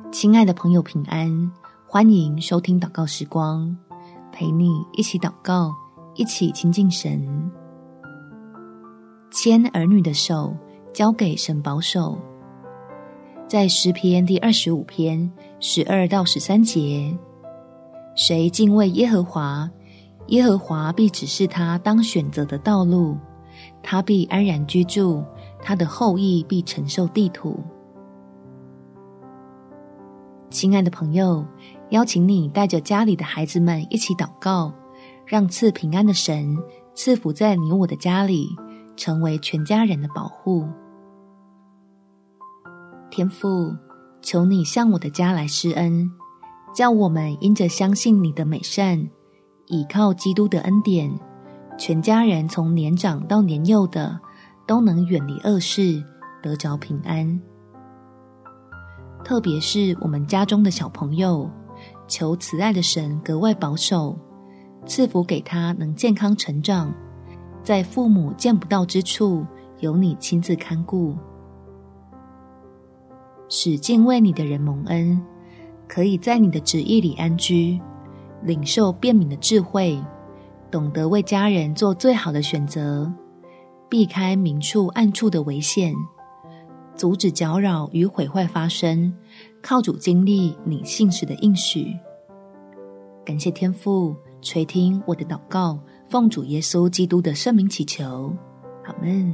亲爱的朋友平安，欢迎收听祷告时光，陪你一起祷告，一起亲近神。牵儿女的手，交给神保守。在诗篇第25篇12到13节，谁敬畏耶和华，耶和华必指示他当选择的道路，他必安然居住，他的后裔必承受地土。亲爱的朋友，邀请你带着家里的孩子们一起祷告，让赐平安的神赐福在你我的家里，成为全家人的保护。天父，求你向我的家来施恩，叫我们因着相信你的美善，倚靠基督的恩典，全家人从年长到年幼的都能远离恶事，得着平安。特别是我们家中的小朋友，求慈爱的神格外保守，赐福给他能健康成长，在父母见不到之处，有你亲自看顾，使敬畏你的人蒙恩，可以在你的旨意里安居，领受辨明的智慧，懂得为家人做最好的选择，避开明处暗处的危险，阻止搅扰与毁坏发生，靠主经历你信实的应许。感谢天父垂听我的祷告，奉主耶稣基督的圣名祈求，阿们。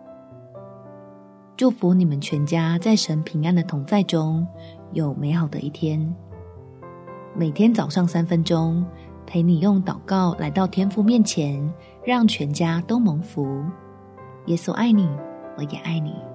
祝福你们全家在神平安的同在中有美好的一天。每天早上3分钟，陪你用祷告来到天父面前，让全家都蒙福。耶稣爱你，我也爱你。